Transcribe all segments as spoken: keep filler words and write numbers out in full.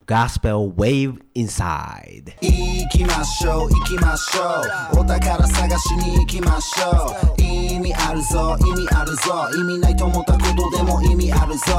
Gospel Wave Inside 行きましょう行きましょうお宝探しに行きましょう意味あるぞ意味あるぞ意味ないと思ったことでも意味あるぞ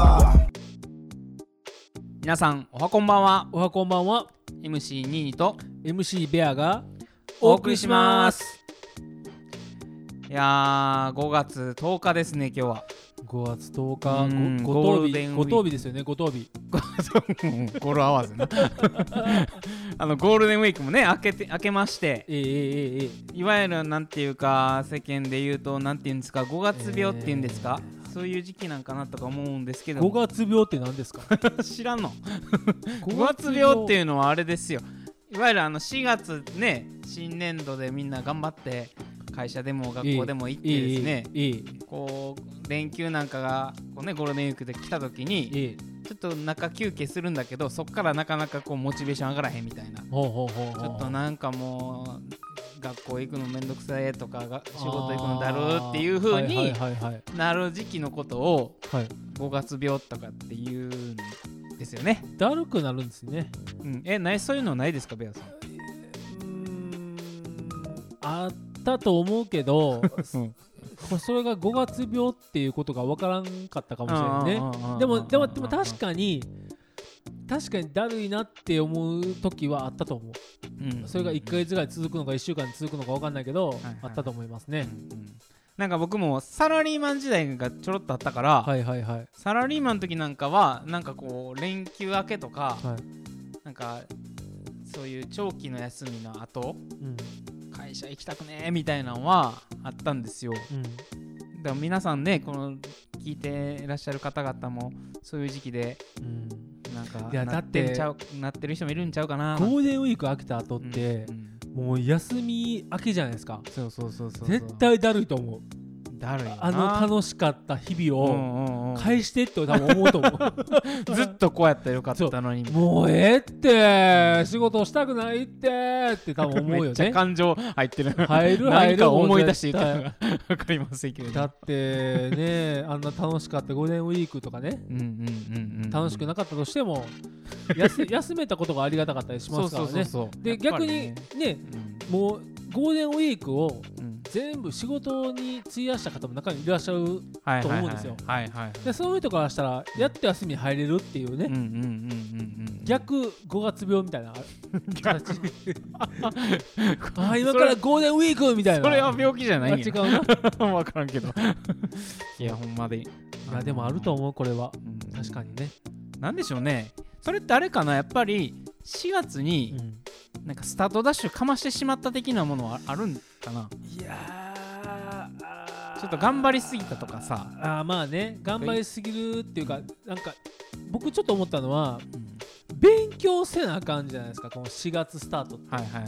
皆さんおはこんばんは。 おはこんばんは。 エムシーニーニとエムシー ベアがお送りします。いやーごがつとおかですね。今日はごがつとおか、 うんごゴールデンウィークご当日ですよね。ご当日ゴールアワーズなあのゴールデンウィークもね明けて明けまして、 えー、えー、えー、 いわゆるなんていうか世間で言うとなんていうんですか、ごがつ病っていうんですか、えー、そういう時期なんかなとか思うんですけど、 ごがつ病って何ですか知らんのごがつ病っていうのはあれですよ、いわゆるあのしがつね、新年度でみんな頑張って会社でも学校でも行ってですね、 えーえー、 こう連休なんかがこう、ね、ゴールデンウィークで来た時に、えー、ちょっと中休憩するんだけど、そっからなかなかこうモチベーション上がらへんみたいな、 ほうほうほうほう、 ちょっとなんかもう学校行くのめんどくさいとかが仕事行くのだるっていう風になる時期のことをごがつ病とかっていうんですよね。 だるくなるんですね、 うん、えないそういうのないですかベアさん。 うーんあったと思うけど、うん、それがごがつ病っていうことが分からんかったかもしれないね。でもでもでも確かに確かにだるいなって思う時はあったと思う、うん、それがいっかげつぐらい続くのかいっしゅうかん続くのか分かんないけど、はいはい、あったと思いますね、うんうん、 なんか僕もサラリーマン時代がちょろっとあったから、 はいはいはい、 サラリーマンの時なんかはなんかこう連休明けとか、はい、なんかそういう長期の休みの後、うん、会社行きたくねーみたいなのはあったんですよ、うん、だから皆さんね、この聞いていらっしゃる方々もそういう時期で、うん、なんかいやなってんちゃうなってる人もいるんちゃうかな。 ゴールデンウィーク明けた後って、うんうん、もう休み明けじゃないですか。 そうそうそうそう、 絶対だるいと思う。 だるいな、 あの楽しかった日々を返してって多分思うと思うずっとこうやったらよかったのに、 もうええって仕事したくないってって多分思うよね。めっちゃ感情入ってる入る入る何か思い出して言ったのが分かりませんけど、ね、 だってねあんな楽しかったゴールデンウィークとかね、うんうんうんうん、楽しくなかったとしても休, 休めたことがありがたかったりしますからね。そうそうそうそう。で逆にね、ね、うん、もうゴールデンウィークを全部仕事に費やした方も中にいらっしゃると思うんですよ。でそういう人からしたらやっと休みに入れるっていうね、逆ごがつ病みたいな形あ今からゴールデンウィークみたいな。 それは病気じゃないんや。 違うな分からんけどいやほんまでいやでもあると思うこれは、うん、確かにね。 なんでしょうね、それってあれかな、やっぱりしがつに、うんなんかスタートダッシュかましてしまった的なものはあるんかな。 いやちょっと頑張りすぎたとかさあまあね頑張りすぎるっていうかなんか僕ちょっと思ったのは、うん、勉強せなあかんじゃないですかこのしがつスタートって、はいはいはいはい、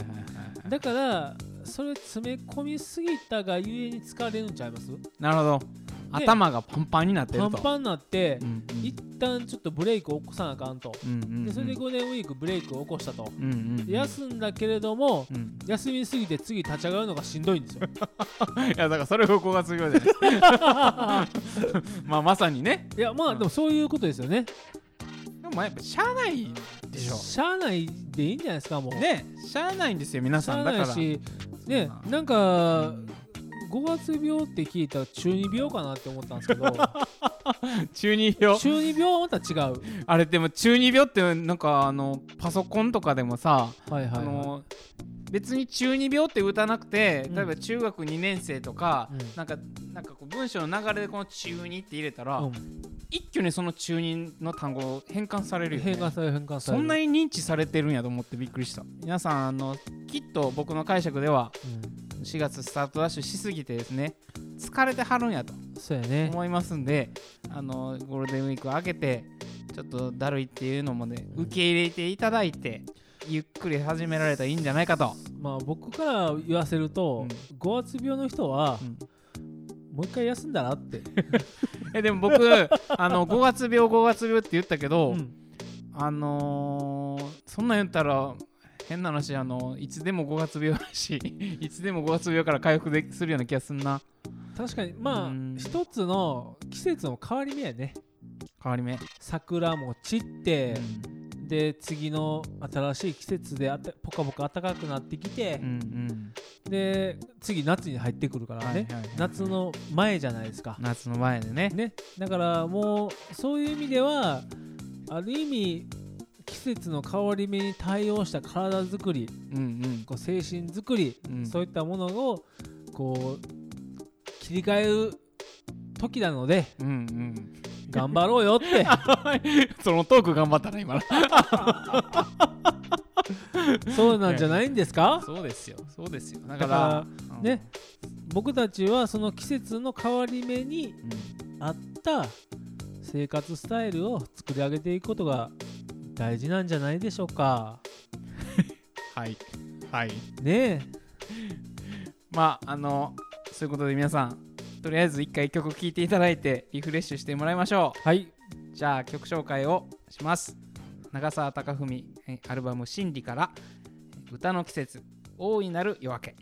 だからそれ詰め込みすぎたがゆえに疲れるんちゃいます？ なるほど、頭がパンパンになってるとパンパンになって、うんうん、一旦ちょっとブレイクを起こさなあかんと、うんうんうん、でそれでゴールデンウィークブレイクを起こしたと、うんうんうん、休んだけれども、うん、休みすぎて次立ち上がるのがしんどいんですよいやだからそれがごがつ病じゃないまあまさにね。 いやまあ、うん、でもそういうことですよね。 でもやっぱしゃあないでしょ。 しゃあないでいいんじゃないですかもうね。しゃあないんですよ皆さん。だからしね、なんか、うん、ごがつ病って聞いたら中二病かなって思ったんですけど中二病中二病はまた違う。 あれでも中二病ってなんかあのパソコンとかでもさ、はいはいはい、あの別に中二病って打たなくて、例えば中学にねん生とか、うん、なんかなんかこう文章の流れでこの中二って入れたら、うん、一挙にその中二の単語を変換されるよね。 変換される変換される。 そんなに認知されてるんやと思ってびっくりした。皆さんあのきっと僕の解釈では、うん、しがつスタートダッシュしすぎてですね疲れてはるんやとそうや、ね、 思いますんで、あのゴールデンウィーク明けてちょっとだるいっていうのもね、うん、受け入れていただいてゆっくり始められたらいいんじゃないかと。 まあ僕から言わせると、うん、ごがつ病の人は、うん、もう一回休んだらってえでも僕あのごがつ病ごがつ病って言ったけど、うん、あのー、そんなん言ったら変な話、あのいつでもごがつ病だしいつでもごがつ病から回復でするような気がすんな。 確かにまあ一つの季節の変わり目やね。 変わり目。 桜も散って、 で次の新しい季節であたポカポカ暖かくなってきて、うんうん、で次夏に入ってくるからね、はいはいはいはい、夏の前じゃないですか。 夏の前で ね, ねだからもうそういう意味ではある意味季節の変わり目に対応した体づくり、うんうん、こう精神づくり、うん、そういったものをこう切り替える時なので、うんうん、頑張ろうよってそのトーク頑張ったな今そうなんじゃないんですか。 そうですよそうですよ。 だから、だから、うん、ね僕たちはその季節の変わり目に合った生活スタイルを作り上げていくことが大事なんじゃないでしょうかはいはいねえまああのそういうことで皆さんとりあえず一回曲聴いていただいてリフレッシュしてもらいましょう。はい、 じゃあ曲紹介をします。長澤貴文アルバム真理から歌の季節大いなる夜明け。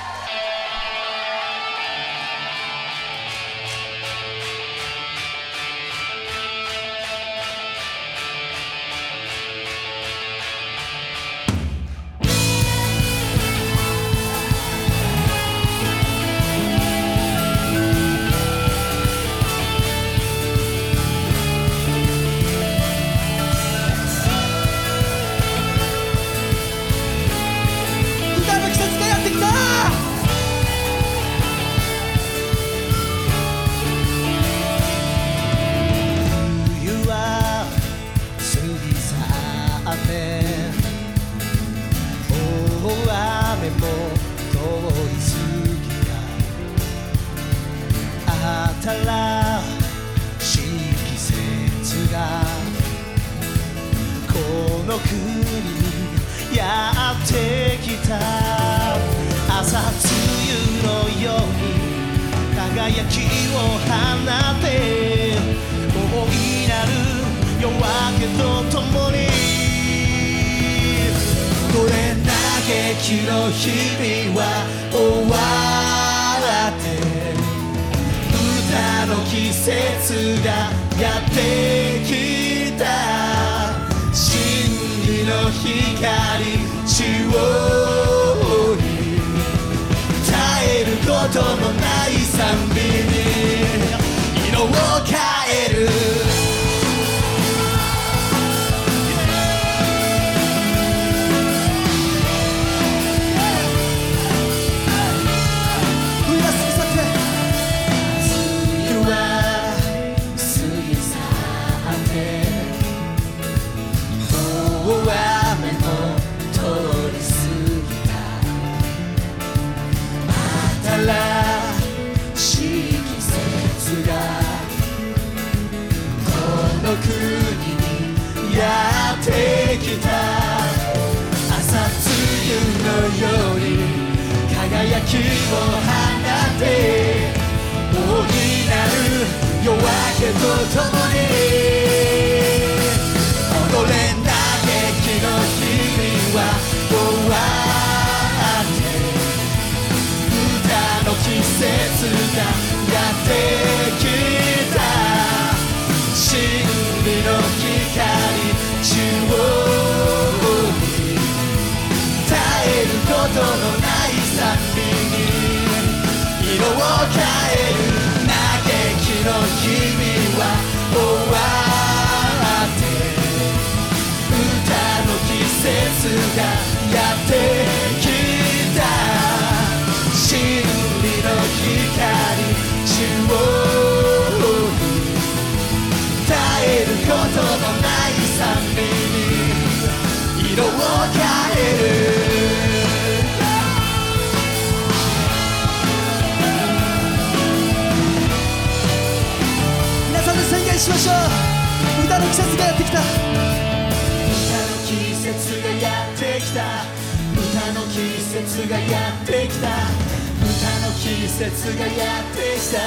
しましょう。歌の季節がやってきた。歌の季節がやってきた。歌の季節がやってきた。歌の季節がやってきた。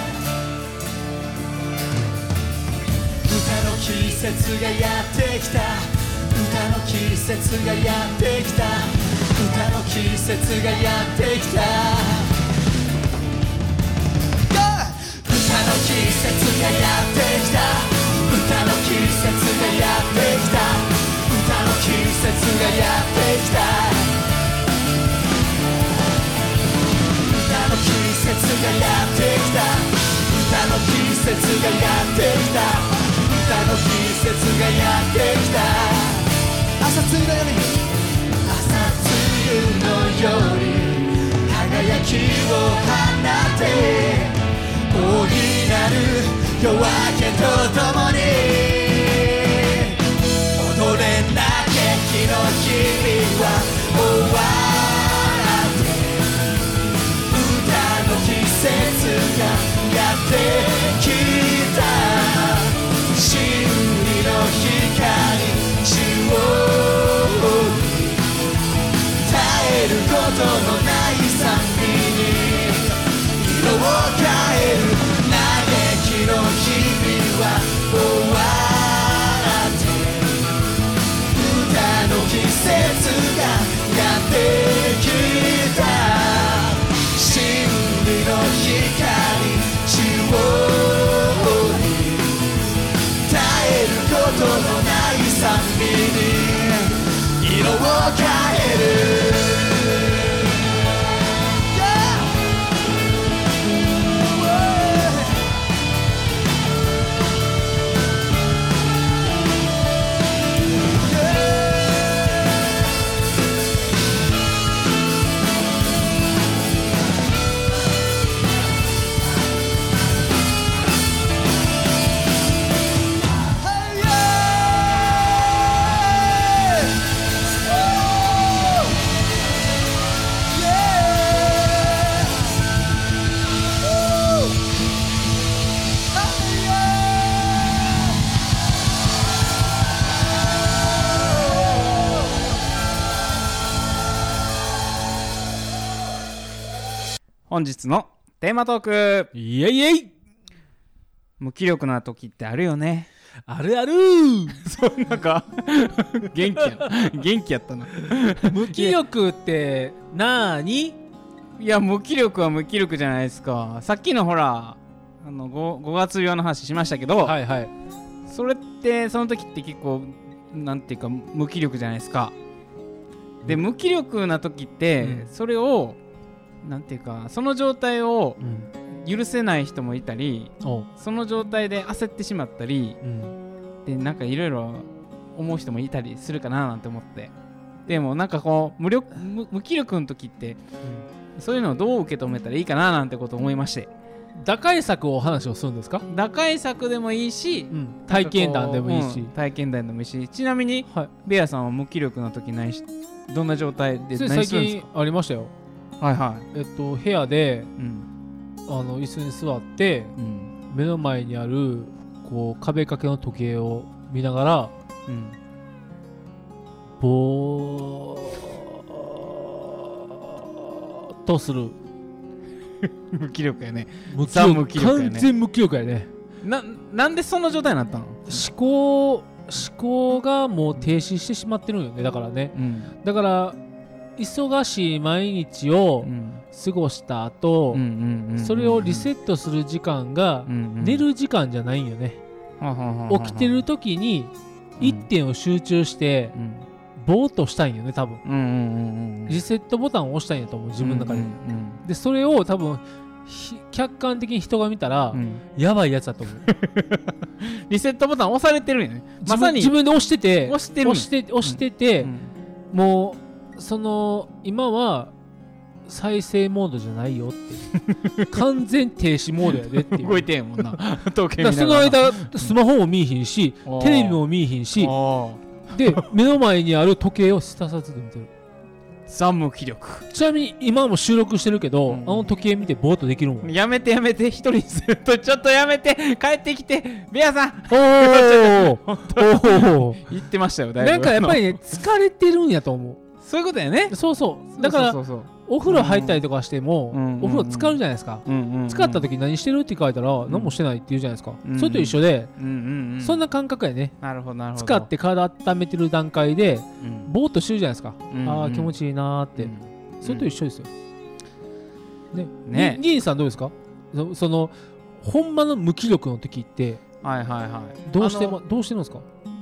歌の季節がやってきた。歌の季節がやってきた。歌の季節がやってきた。歌の季節がやってきた。歌の季節がやってきた。歌きた歌の季節がやってきた歌の季節がやってきた歌の季節がやってきた朝露のように朝露のように輝きを放って大いなる夜明けとともに踊れなき日の日々は終わって歌の季節がやってきた真理の光中央に絶えることのない賛美に色を変える嘆きの日々は終わって歌の季節がやってきた真理の光中央に絶えることのない賛美に色を変える本日のテーマトークイエイイエイ無気力な時ってあるよねあるあるそうなんか元気や元気やったな無気力ってなーにいや無気力は無気力じゃないですかさっきのほらあの 5, 5月病の話しましたけど、 はいはい、 それってその時って結構なんていうか無気力じゃないですかで無気力な時って、うん、それをなんていうかその状態を許せない人もいたり、うん、その状態で焦ってしまったり、うん、でなんかいろいろ思う人もいたりするかななんて思ってでもなんかこう 無, 力 無, 無気力の時って、うん、そういうのをどう受け止めたらいいかななんてことを思いまして打開策をお話をするんですか打開策でもいいし、うん、 体験談でもいいし、 うん、体験談でもいいしちなみに、はい、ベアさんは無気力な時何しどんな状態で何するんですか最近ありましたよはいはいえっと部屋で、うん、あの椅子に座って、うん、目の前にあるこう壁掛けの時計を見ながら、うん、ぼーっとする無気力やね無気力、無気力やね完全無気力やねな, なんでその状態になったの思考思考がもう停止してしまってるんよねだからね、うん、だから忙しい毎日を過ごした後、うん、それをリセットする時間が寝る時間じゃないんよね、うんうん、起きてる時に一点を集中してぼーっとしたいんよね多分、うんうんうん、リセットボタンを押したいんやと思う自分の中で、うんうんうん、でそれを多分客観的に人が見たら、うん、やばいやつだと思うリセットボタン押されてるんよねまさに自分で押してて押してる押して押してて、うんうん、もうその今は再生モードじゃないよって完全停止モードやでっていう動いてんもんな時計見ながらその間スマホも見えひんしテレビも見えひんしで目の前にある時計をすたさずで見てるザ無気力ちなみに今も収録してるけど、うん、あの時計見てぼーっとできるもんやめてやめて一人にするとちょっとやめて帰ってきてベアさんおーおー言ってましたよだいぶなんかやっぱりね疲れてるんやと思うそういうことやねそうそうだからお風呂入ったりとかしても、うん、お風呂浸かるじゃないですか、うんうんうん、浸かった時何してるって書いたら、うん、何もしてないって言うじゃないですか、うんうん、それと一緒で、うんうんうん、そんな感覚やねなるほどなるほど浸かって体温めてる段階で、うん、ぼーっとしてるじゃないですか、うんうん、ああ気持ちいいなーって、うん、それと一緒ですよ、ねねニーさんどうですか そ, そのほんまの無気力の時ってはいはいはいどうしてもどうしてるんですか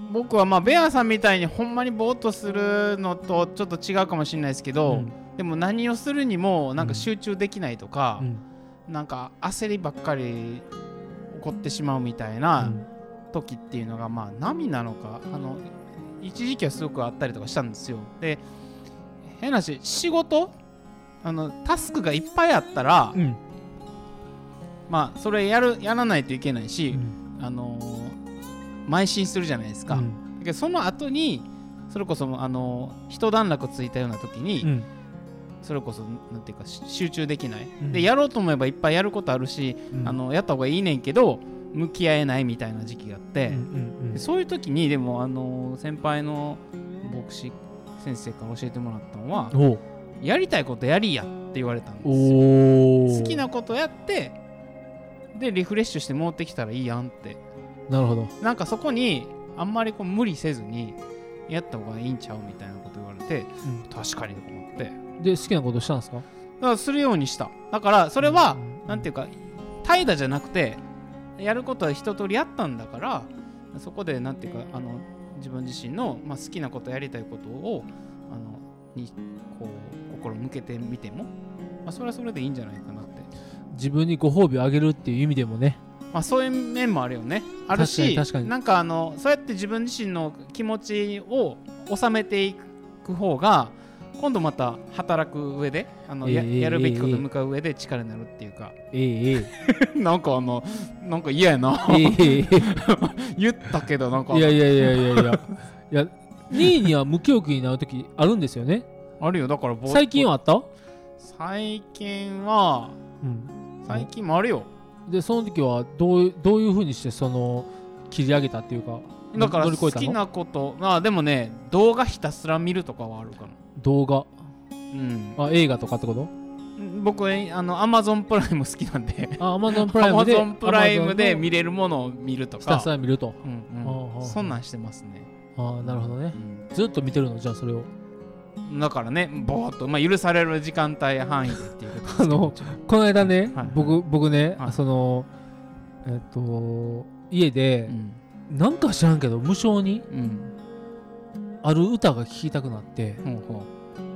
僕はまあベアさんみたいにほんまにぼーっとするのとちょっと違うかもしれないですけど、うん、でも何をするにもなんか集中できないとか、うん、なんか焦りばっかり起こってしまうみたいな時っていうのがまあ波なのか、あの一時期はすごくあったりとかしたんですよ。で変なし仕事あのタスクがいっぱいあったら、うん、まあそれやるやらないといけないし、うん、あのー、邁進するじゃないですか、うん、だけどその後にそれこそあのー、一段落ついたような時に、うん、それこそなんていうか集中できない、うん、でやろうと思えばいっぱいやることあるし、うん、あのやった方がいいねんけど向き合えないみたいな時期があって、うんうんうん、でそういう時にでもあのー、先輩の牧師先生から教えてもらったのはやりたいことやりやって言われたんですよ。好きなことやってでリフレッシュして戻ってきたらいいやんって。 なるほど。 なんかそこにあんまりこう無理せずにやった方がいいんちゃうみたいなこと言われて、うん、確かにと思ってで好きなことしたんですか？だからするようにした。だからそれは、うん、なんていうか怠惰じゃなくてやることは一通りやったんだからそこでなんていうかあの自分自身の、まあ、好きなことやりたいことをあのにこう心向けてみても、まあ、それはそれでいいんじゃないかなって。 自分にご褒美をあげるっていう意味でもね、 まあ、そういう面もあるよね。あるし確かに確かになんかあのそうやって自分自身の気持ちを収めていく方が今度また働く上であの、えー、や, やるべきことに向かう上で力になるっていうか、 えーえー、 なんかあのなんか嫌やな、えー、言ったけどなんかいやいやいやいやいやいやにいには無記憶になるときあるんですよね。 あるよ。だから最近はあった？ 最近は、うん、最近もあるよ。 でその時はどうどういう風にしてその切り上げたっていうか、 だから好きなこと、まあでもね動画ひたすら見るとかはあるかな。 動画、 うん、 あ映画とかってこと？ 僕あの Amazon プライム好きなんであ Amazon プライムで Amazon プライムで見れるものを見るとかひたすら見ると、 うんうん、そんなんしてますね。 ああなるほどね、うん、ずっと見てるのじゃあそれを。 だからねぼーっと、まあ、許される時間帯範囲でっていうことですけどあのこの間ね、はいはい、僕, 僕ね、はい、そのえっと家で、うん、なんか知らんけど無性に、うん、ある歌が聴きたくなって、うん、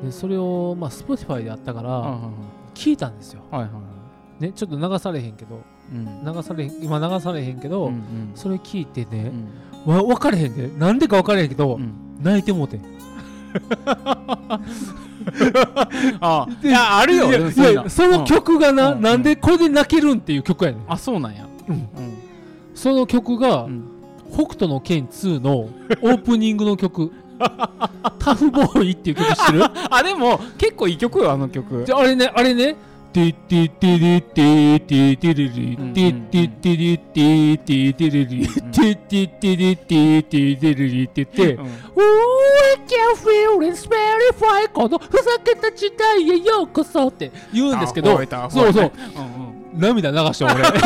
でそれを、まあ、Spotify であったから、うん、聞いたんですよ、はいはいはいね、ちょっと流されへんけど、うん、流されへん今流されへんけど、うんうん、それ聞いてね、うん、わ分かれへんで、なんでか分かれへんけど、うん、泣いてもうてんあいやあるよ。 いやいやその曲がな、うん、なんでこれで泣けるんっていう曲やねん。 あそうなんや、うんうん、 その曲が、うん、北斗の拳ツーのオープニングの曲タフボーイっていう曲知ってる？ あでも結構いい曲よあの曲。 じゃあれねあれねティティティリティティティリリティティティリティティティリリティティティリティティティリリって言って「We can feel it verify このふざけた時代へようこそ」って言うんですけど、そうそう涙流して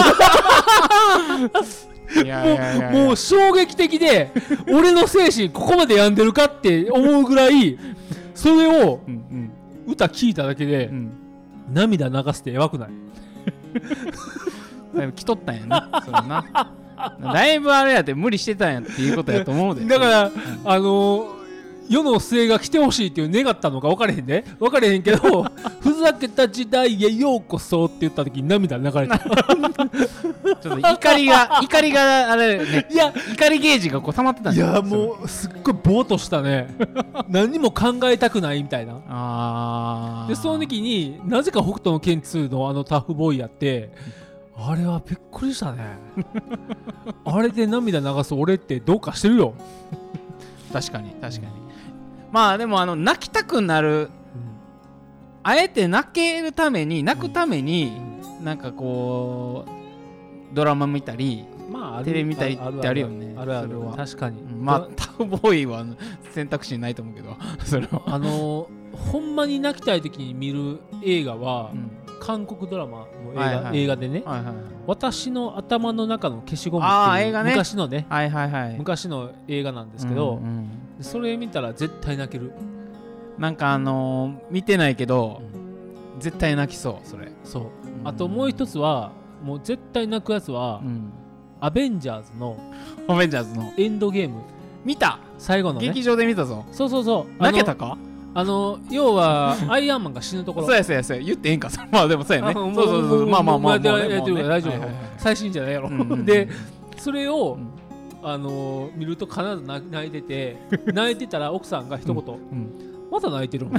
俺もう衝撃的で俺の精神ここまで病んでるかって思うぐらいそれを歌聴いただけで涙流してやばくない？ だいぶ来とったんやなそれなだいぶあれやって無理してたんやっていうことやと思うで。 だから、うん、あのー、世の末が来てほしいっていう願ったのか分かれへんで分かれへんけどふざけた時代へようこそって言った時に涙流れたちょっと怒りが怒りがあれねいや怒りゲージがこう溜まってたんいやもうすっごいぼーっとしたね何も考えたくないみたいな。 あでその時になぜか北斗の拳ツーのあのタフボーイやってあれはびっくりしたねあれで涙流す俺ってどうかしてるよ確かに確かに。まあでもあの泣きたくなる、うん、あえて泣けるために泣くために、うん、なんかこうドラマ見たり、まあ、テレビ見たりってあるよね。 あるあるある確かに。 まあタフボーイは選択肢ないと思うけどそれはあのほんまに泣きたい時に見る映画は、うん、韓国ドラマの映画、はいはい、映画でね、はいはいはい、私の頭の中の消しゴムっていう、ね、昔のね、 はいはいはい、 昔の映画なんですけど、うんうん、それ見たら絶対泣ける。 なんかあのー、見てないけど、うん、絶対泣きそうそれ。 そう、うん、あともう一つはもう絶対泣くやつは、うん、アベンジャーズのアベンジャーズのエンドゲーム見た最後のね劇場で見たぞ。 そうそうそう泣けたか。 あの要はアイアンマンが死ぬところそうやそうやそうや言ってええんかまあでもそうやねそうそうそうまあまあまあ大丈夫最新じゃないやろでそれをあの見ると必ず泣いてて泣いてたら奥さんが一言まだ泣いてるんま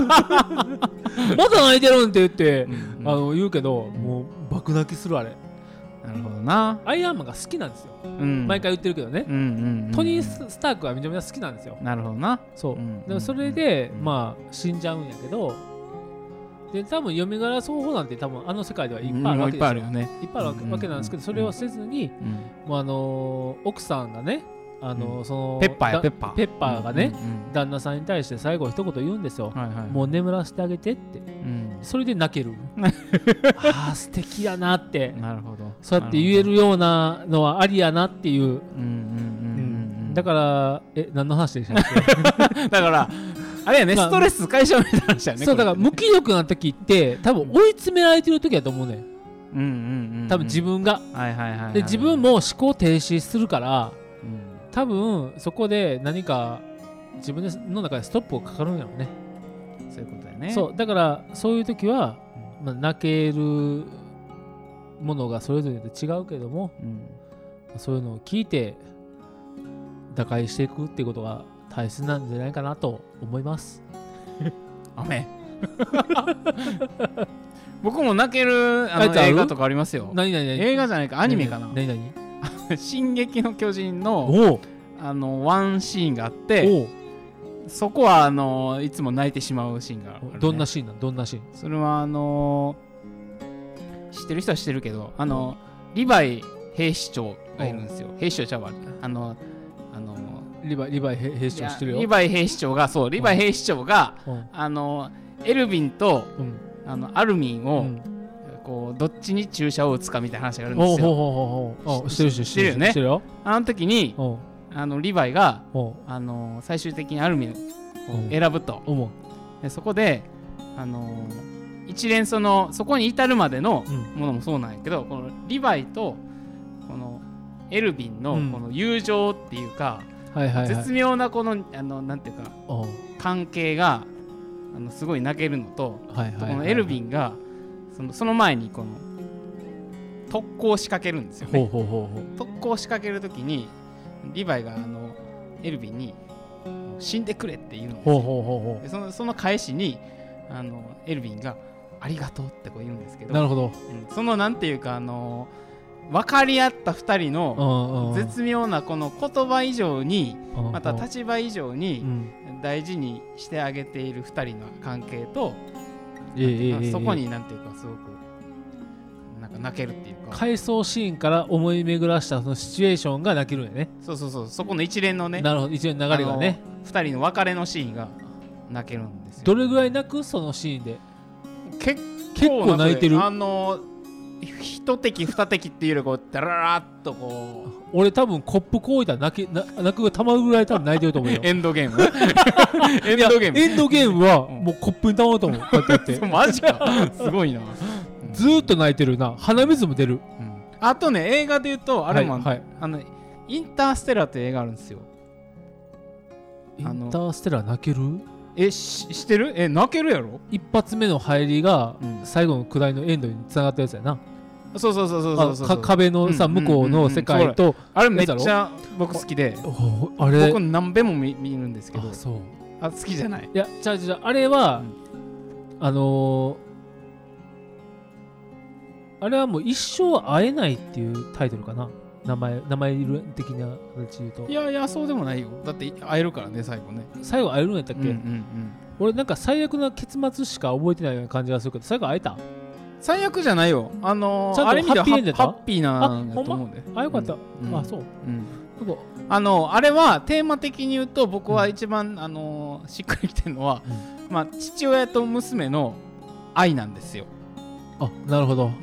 だ泣いてるんって言ってあの言うけどもう爆泣きするあれ。 なるほどな。 アイアンマンが好きなんですよ、うん、毎回言ってるけどね、うんうんうんうん、トニー・スタークはめちゃめちゃ好きなんですよ。 なるほどな。 そう、うんうんうん、でもそれで、うん、まあ死んじゃうんやけどで多分読み柄奏法なんて多分あの世界ではいっぱいあるわけですよ、うん、いっぱいあるよね。いっぱいあるわけなんですけど、それをせずに、うん、もうあのー、奥さんがねあのー、そのペッパーやペッパーペッパーがね、うんうんうん、旦那さんに対して最後一言言うんですよ、はいはい、もう眠らせてあげてって、うん、それで泣けるああ素敵やなってなるほどそうやって言えるようなのはありやなっていう、うんうんうんうん、だからえ何の話でしたっけだからあれやね、まあ、ストレス解消みたいな話やね。 そうだから無気力な時って多分追い詰められてる時やと思うね、うんうんうんうん、多分自分が、はいはいはいはい、で自分も思考停止するから多分そこで何か自分の中でストップがかかるんやろうね。 そういうことだよね。 そうだからそういう時は、うんまあ、泣けるものがそれぞれで違うけども、うん、そういうのを聞いて打開していくっていうことが大切なんじゃないかなと思います。 アメ僕も泣けるあの映画とかありますよ。 何何何映画じゃないかアニメかな。 何何進撃の巨人のあのワンシーンがあってそこはあのいつも泣いてしまうシーンがある、ね、 どんなシーンなのどんなシーン。 それはあの知ってる人は知ってるけどあのリヴァイ兵士長がいるんですよ。兵士長ちゃうわあのあのリヴァイリヴァイ兵士長知ってるよ。 リヴァイ兵士長がそうリヴァイ兵士長があのエルヴィンと、うん、あのアルミンを、うんこうどっちに注射を打つかみたいな話があるんですよ。 おうほうほうほう知ってる知ってるよね。あの時にあのリヴァイがあの最終的にアルミンを選ぶと。でそこであの一連そのそこに至るまでのものもそうなんやけど、うん、このリヴァイとこのエルヴィンのこの友情っていうか、うんはいはいはい、絶妙なこのあのなんていうか関係があのすごい泣けるのと、はいはいはいはい、このエルヴィンがその、その前にこの特攻を仕掛けるんですよね。ほうほうほうほう特攻を仕掛けるときにリヴァイがあのエルヴィンに死んでくれって言うんですよ。ほうほうほうほうでその、その返しにあのエルヴィンがありがとうってこう言うんですけど、 なるほど、 うん、そのなんていうかあの分かり合ったふたりの絶妙なこの言葉以上にまた立場以上に大事にしてあげているふたりの関係と、えー、そこになんていうかすごくなんか泣けるっていうか回想シーンから思い巡らしたそのシチュエーションが泣けるんやね。 そうそうそうそこの一連のねなるほど一連の流れがねふたりの別れのシーンが泣けるんですよ。 どれぐらい泣くそのシーンで。 結結構泣いてる。 あの一滴二滴っていうよりこうダララッとこう俺多分コップこういたら泣きな泣くがたまるぐらい多分泣いてると思うよ。 エンドゲームエンドゲームエンドゲームはもうコップにたまると思う。こうやってやってマジかすごいなずーっと泣いてるな。鼻水も出る、うん、 あとね映画で言うとあれも、はいはい、あのインターステラーって映画あるんですよ。 インターステラー泣ける。 えししてるえ泣けるやろ。 一発目の入りが最後の下りのエンドにつながったやつやな。 そうそうそうそうそうそう壁のさ、うん、向こうの世界と、うんうんうん、 あれめっちゃ僕好きであれ僕何べも 見, 見るんですけど。あそうあ好きじゃない。 いやじゃあじゃああれは、うん、あのー、あれはもう一生会えないっていうタイトルかな。名前名前的な形で言うと。 いやいやそうでもないよ。だって会えるからね最後ね。 最後会えるんやったっけ、うんうんうん、俺なんか最悪な結末しか覚えてないような感じがするけど最後会えた。 最悪じゃないよ。あのー、 あれ見てハッピーエンドハッピーなんだと思うんで。 あよかった、うん、あそう、うん、 あのあれはテーマ的に言うと僕は一番、うん、あのー、しっくりきてるのは、うんまあ、父親と娘の愛なんですよ。 あなるほど、うん、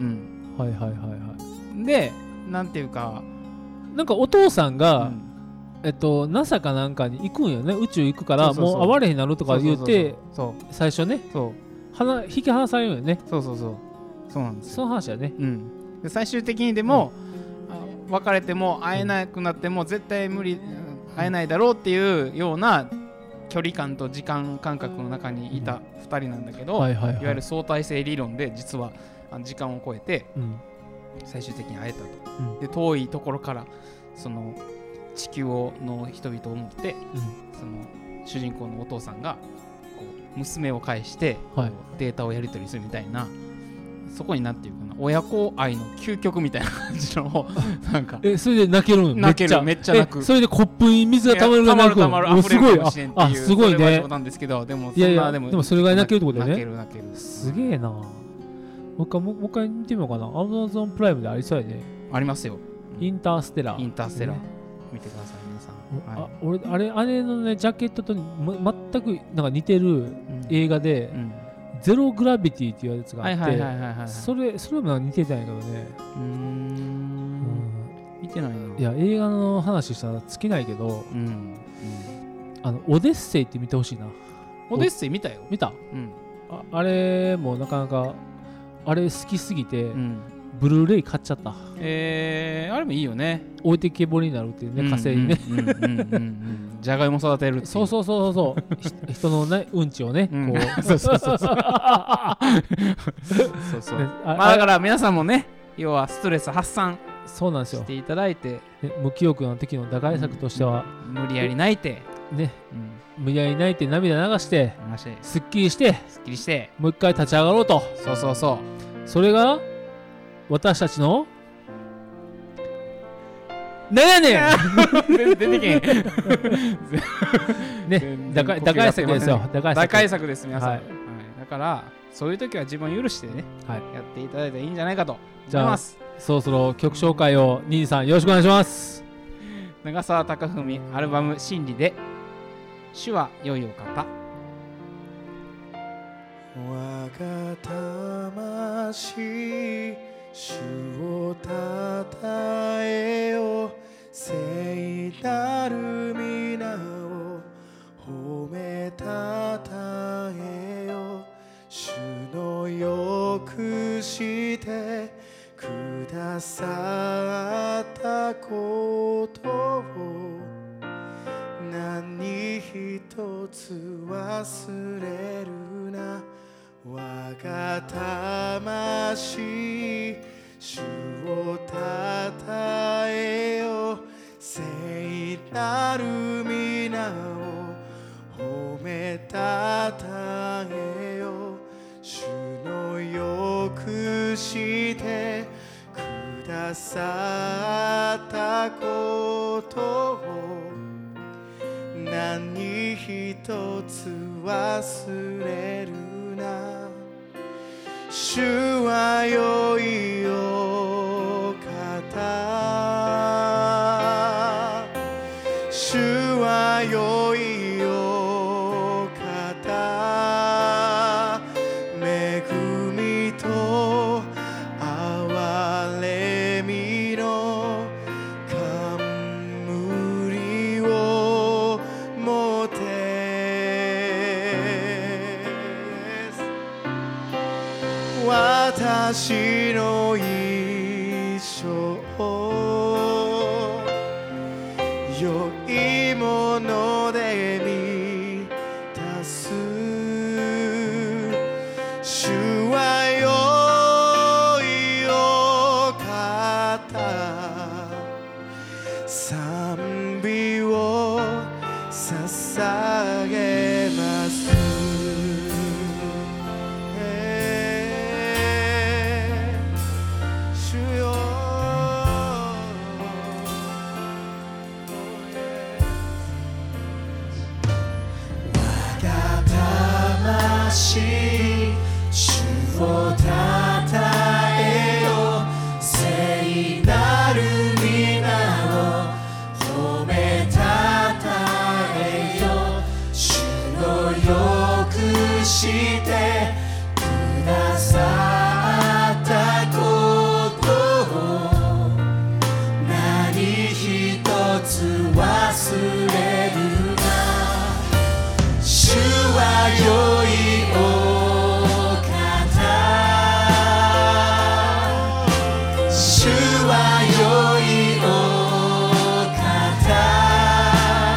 はいはいはいはいでなんていうかなんかお父さんが、うんえっと、ナサ かなんかに行くんよね。宇宙行くからもう会われへんなるとか言うて最初ねそう引き離されるよね。 そうそうそうそうなんですよ。 その話やね、 うん、で最終的にでも、うん、別れても会えなくなっても絶対無理会えないだろうっていうような距離感と時間感覚の中にいたふたりなんだけど、いわゆる相対性理論で実はあの時間を超えて最終的に会えたと、うん、で遠いところからその地球をの人々を思って、うん、その主人公のお父さんがこう娘を介してデータをやり取りするみたいな、はい、そこになっていうかな親子愛の究極みたいな感じのなんかえそれで泣ける泣けるめっちゃ泣く。 それでコップに水がたまるが泣く。 たまるたまる溢れるかもしれんっていう。 すごいね。 なんですけどでもいやいやでもそれぐらい泣けるってことだよね。 泣ける泣ける。 すげえな。もう一回もう一回見てみようかな。Amazon プライムでありそうやね。 ありますよ。 インターステラー。 インターステラー。見てください皆さん。 あ俺あれあれのねジャケットと全くなんか似てる映画で。うんうんゼログラビティっていうやつがあってそれそれも似てたんやけどねうーん、うん、 見てないないや映画の話したら尽きないけど、うんうん、あのオデッセイって見てほしいな。 オデッセイ見たよ見た、うん、あ, あれもなかなかあれ好きすぎて、うん、ブルーレイ買っちゃった。 えー、あれもいいよね。 置いてけぼりになるっていうね火星にねじゃがいも育てるっていう。 そうそうそうそう人のねうんちをね、うん、こうそうそうそうそうそうそう、ね、まあだから皆さんもね要はストレス発散そうなんですよしていただいて、 ね、無記憶の敵の打開策としては、 うん、無理やり泣いてね、うん、無理やり泣いて涙流してすっきりしてすっきりしてもう一回立ち上がろうと。 そうそうそうそれが私たちのなんやねん出てけんね打開打開策ですよ。 打開策打開策です皆さん、はいはい、だからそういう時は自分を許してね、はい、やっていただいたらいいんじゃないかと思います。 そろそろ曲紹介をニーさんよろしくお願いします。 長澤貴文アルバム真理で主は良いお方。 我が魂主をたたえよ、聖なる皆を褒めたたえよ。主のよくしてくださったことを何一つ忘れるな。我が魂主をたたえよ、聖なる皆を褒めたたえよ。主のよくしてくださったことを何一つ忘れるな。主は良いお方、主は良いお方、恵みと憐れみの冠をもて私の一生良いもので満たす。主は良いお方、賛美を捧げます。主をたたえよ、聖なる皆を褒めたたえよ。主のよくしてくださったことを何一つ忘れるな。主は良い主は良いお方、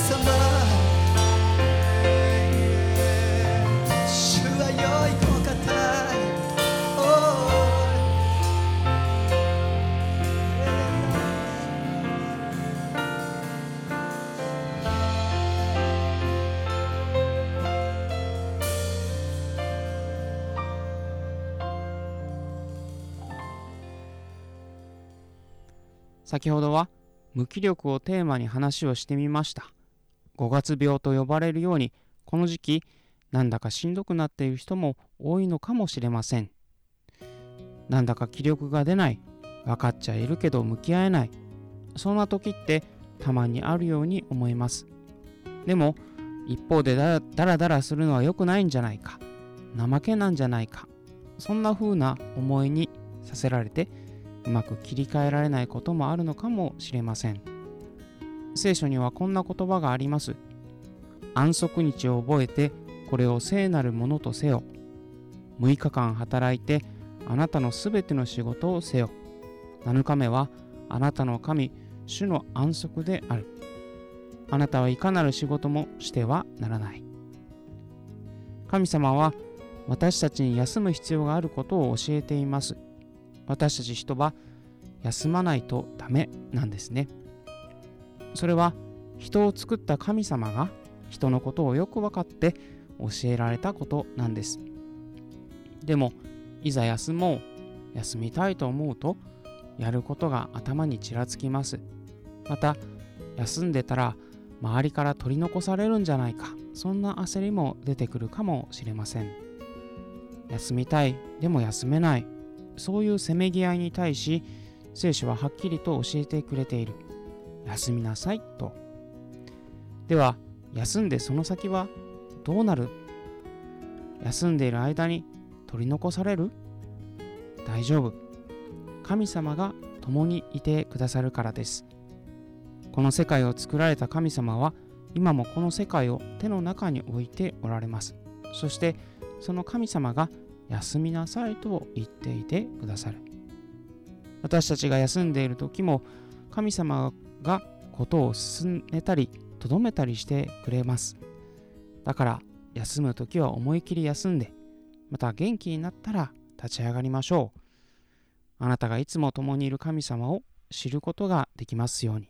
様、主は良いお方、 先ほどは無気力をテーマに話をしてみました。ごがつ病と呼ばれるように、この時期なんだかしんどくなっている人も多いのかもしれません。なんだか気力が出ない、分かっちゃいるけど向き合えない、そんな時ってたまにあるように思います。でも一方でだらだらだらするのは良くないんじゃないか、怠けなんじゃないか、そんな風な思いにさせられてうまく切り替えられないこともあるのかもしれません。聖書にはこんな言葉があります。安息日を覚えてこれを聖なるものとせよ。むいかかん働いてあなたのすべての仕事をせよ。なのかめはあなたの神主の安息である。あなたはいかなる仕事もしてはならない。神様は私たちに休む必要があることを教えています。私たち人は休まないとダメなんですね。それは人を作った神様が人のことをよく分かって教えられたことなんです。でもいざ休もう、休みたいと思うとやることが頭にちらつきます。また休んでたら周りから取り残されるんじゃないか、そんな焦りも出てくるかもしれません。休みたい、でも休めない、そういうせめぎ合いに対し聖書ははっきりと教えてくれている。休みなさいと。では休んでその先はどうなる？休んでいる間に取り残される？大丈夫。神様が共にいてくださるからです。この世界を作られた神様は今もこの世界を手の中に置いておられます。そしてその神様が休みなさいと言っていてくださる。私たちが休んでいる時も神様がことを進めたりとどめたりしてくれます。だから休む時は思い切り休んで、また元気になったら立ち上がりましょう。あなたがいつも共にいる神様を知ることができますように。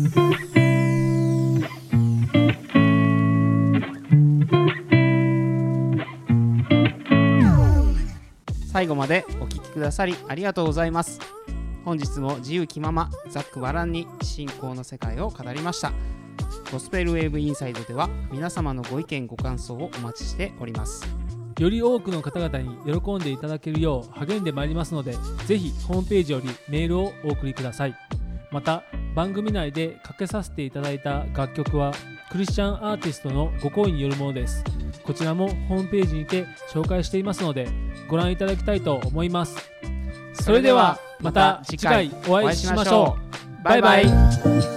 最後までお聞きくださりありがとうございます。本日も自由気ままざっくばらんに信仰の世界を語りました。ゴスペルウェーブインサイドでは皆様のご意見ご感想をお待ちしております。 より多くの方々に喜んでいただけるよう励んでまいりますので、ぜひホームページよりメールをお送りください。また番組内でかけさせていただいた楽曲はクリスチャンアーティストのご好意によるものです。こちらもホームページにて紹介していますのでご覧いただきたいと思います。それではまた次回お会いしましょう。バイバイ。